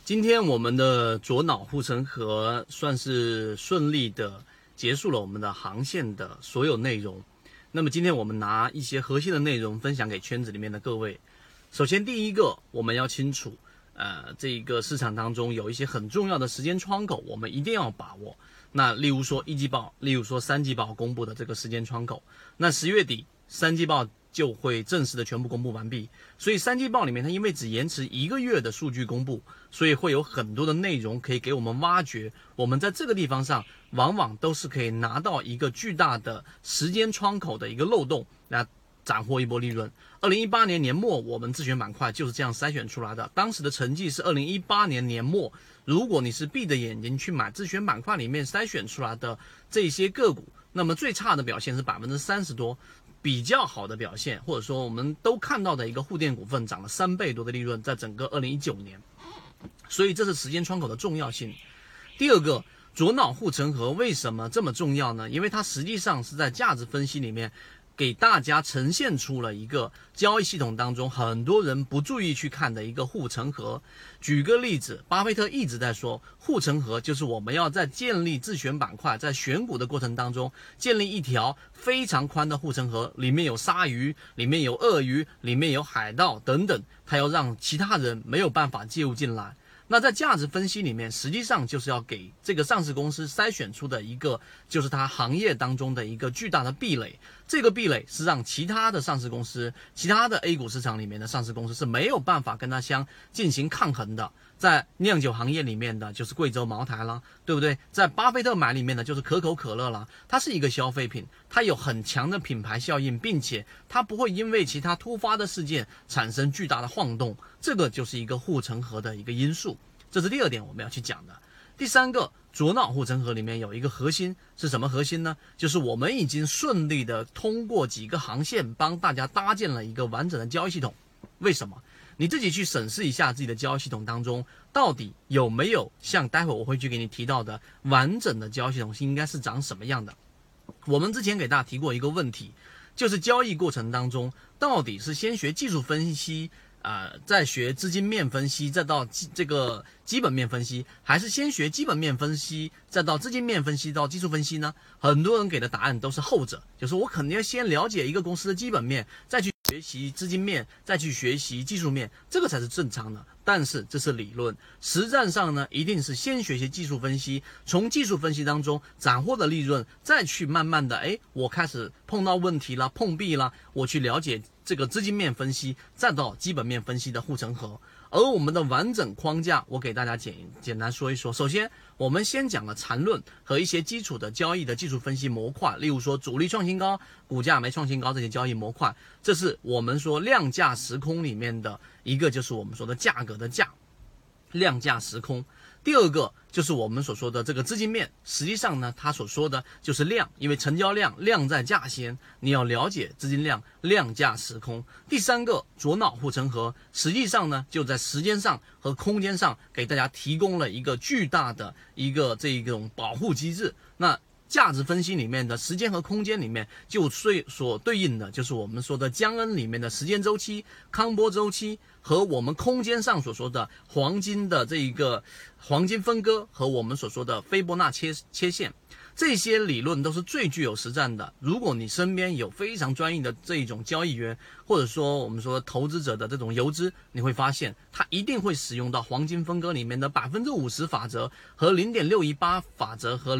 今天我们的左脑护城河算是顺利的结束了我们的航线的所有内容。那么今天我们拿一些核心的内容分享给圈子里面的各位。首先第一个，我们要清楚，这个市场当中有一些很重要的时间窗口，我们一定要把握。那例如说一季报，例如说三季报公布的这个时间窗口，那10月底三季报就会正式的全部公布完毕，所以三季报里面它因为只延迟1个月的数据公布，所以会有很多的内容可以给我们挖掘。我们在这个地方上往往都是可以拿到一个巨大的时间窗口的一个漏洞，来斩获一波利润。2018年年末我们自选板块就是这样筛选出来的，当时的成绩是2018年年末，如果你是闭着眼睛去买自选板块里面筛选出来的这些个股，那么最差的表现是30%多，比较好的表现，或者说我们都看到的一个沪电股份涨了3倍多的利润，在整个2019年，所以这是时间窗口的重要性。第二个，左脑护城河为什么这么重要呢？因为它实际上是在价值分析里面给大家呈现出了一个交易系统当中很多人不注意去看的一个护城河。举个例子，巴菲特一直在说护城河就是我们要在建立自选板块，在选股的过程当中建立一条非常宽的护城河，里面有鲨鱼，里面有鳄鱼，里面有海盗等等，它要让其他人没有办法介入进来。那在价值分析里面，实际上就是要给这个上市公司筛选出的一个，就是它行业当中的一个巨大的壁垒。这个壁垒是让其他的上市公司，其他的 A 股市场里面的上市公司是没有办法跟它进行抗衡的。在酿酒行业里面的就是贵州茅台啦，对不对？在巴菲特买里面的就是可口可乐啦，它是一个消费品，它有很强的品牌效应，并且它不会因为其他突发的事件产生巨大的晃动，这个就是一个护城河的一个因素。这是第二点我们要去讲的。第三个，左脑护城河里面有一个核心，是什么核心呢？就是我们已经顺利的通过几个航线帮大家搭建了一个完整的交易系统。为什么？你自己去审视一下自己的交易系统当中，到底有没有像待会我会去给你提到的完整的交易系统应该是长什么样的。我们之前给大家提过一个问题，就是交易过程当中到底是先学技术分析再学资金面分析，再到这个基本面分析，还是先学基本面分析，再到资金面分析到技术分析呢？很多人给的答案都是后者，就是我肯定要先了解一个公司的基本面，再去学习资金面，再去学习技术面，这个才是正常的。但是这是理论，实战上呢，一定是先学习技术分析，从技术分析当中斩获的利润，再去慢慢的，我开始碰到问题了，碰壁了，我去了解这个资金面分析，再到基本面分析的护城河。而我们的完整框架，我给大家简单说一说。首先，我们先讲了缠论和一些基础的交易的技术分析模块，例如说主力创新高、股价没创新高这些交易模块，这是我们说量价时空里面的一个，就是我们说的价格的价，量价时空。第二个就是我们所说的这个资金面，实际上呢，它所说的就是量，因为成交量，量在价先，你要了解资金量，量价时空。第三个，左脑护城河，实际上呢，就在时间上和空间上给大家提供了一个巨大的一个这种保护机制。那价值分析里面的时间和空间里面，就所对应的就是我们说的江恩里面的时间周期、康波周期，和我们空间上所说的黄金的这一个黄金分割，和我们所说的斐波那切线，这些理论都是最具有实战的。如果你身边有非常专业的这一种交易员，或者说我们说投资者的这种游资，你会发现他一定会使用到黄金分割里面的50%法则和0.618法则和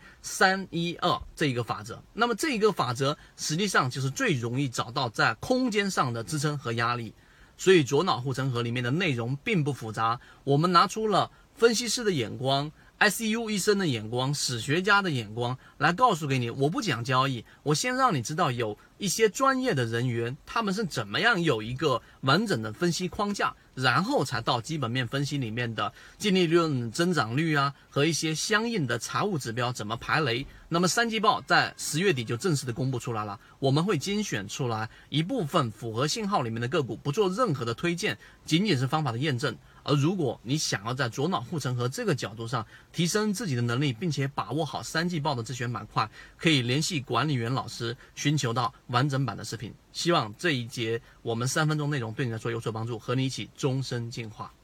0.312这一个法则。那么这一个法则实际上就是最容易找到在空间上的支撑和压力。所以左脑护城河里面的内容并不复杂，我们拿出了分析师的眼光、ICU 医生的眼光、史学家的眼光来告诉给你。我不讲交易，我先让你知道有一些专业的人员他们是怎么样有一个完整的分析框架，然后才到基本面分析里面的净利润增长率和一些相应的财务指标怎么排雷。那么三季报在10月底就正式的公布出来了，我们会精选出来一部分符合信号里面的个股，不做任何的推荐，仅仅是方法的验证。而如果你想要在左脑护城河这个角度上提升自己的能力，并且把握好三季报的自选板块，可以联系管理员老师寻求到完整版的视频。希望这一节我们3分钟内容对你来说有所帮助，和你一起终身进化。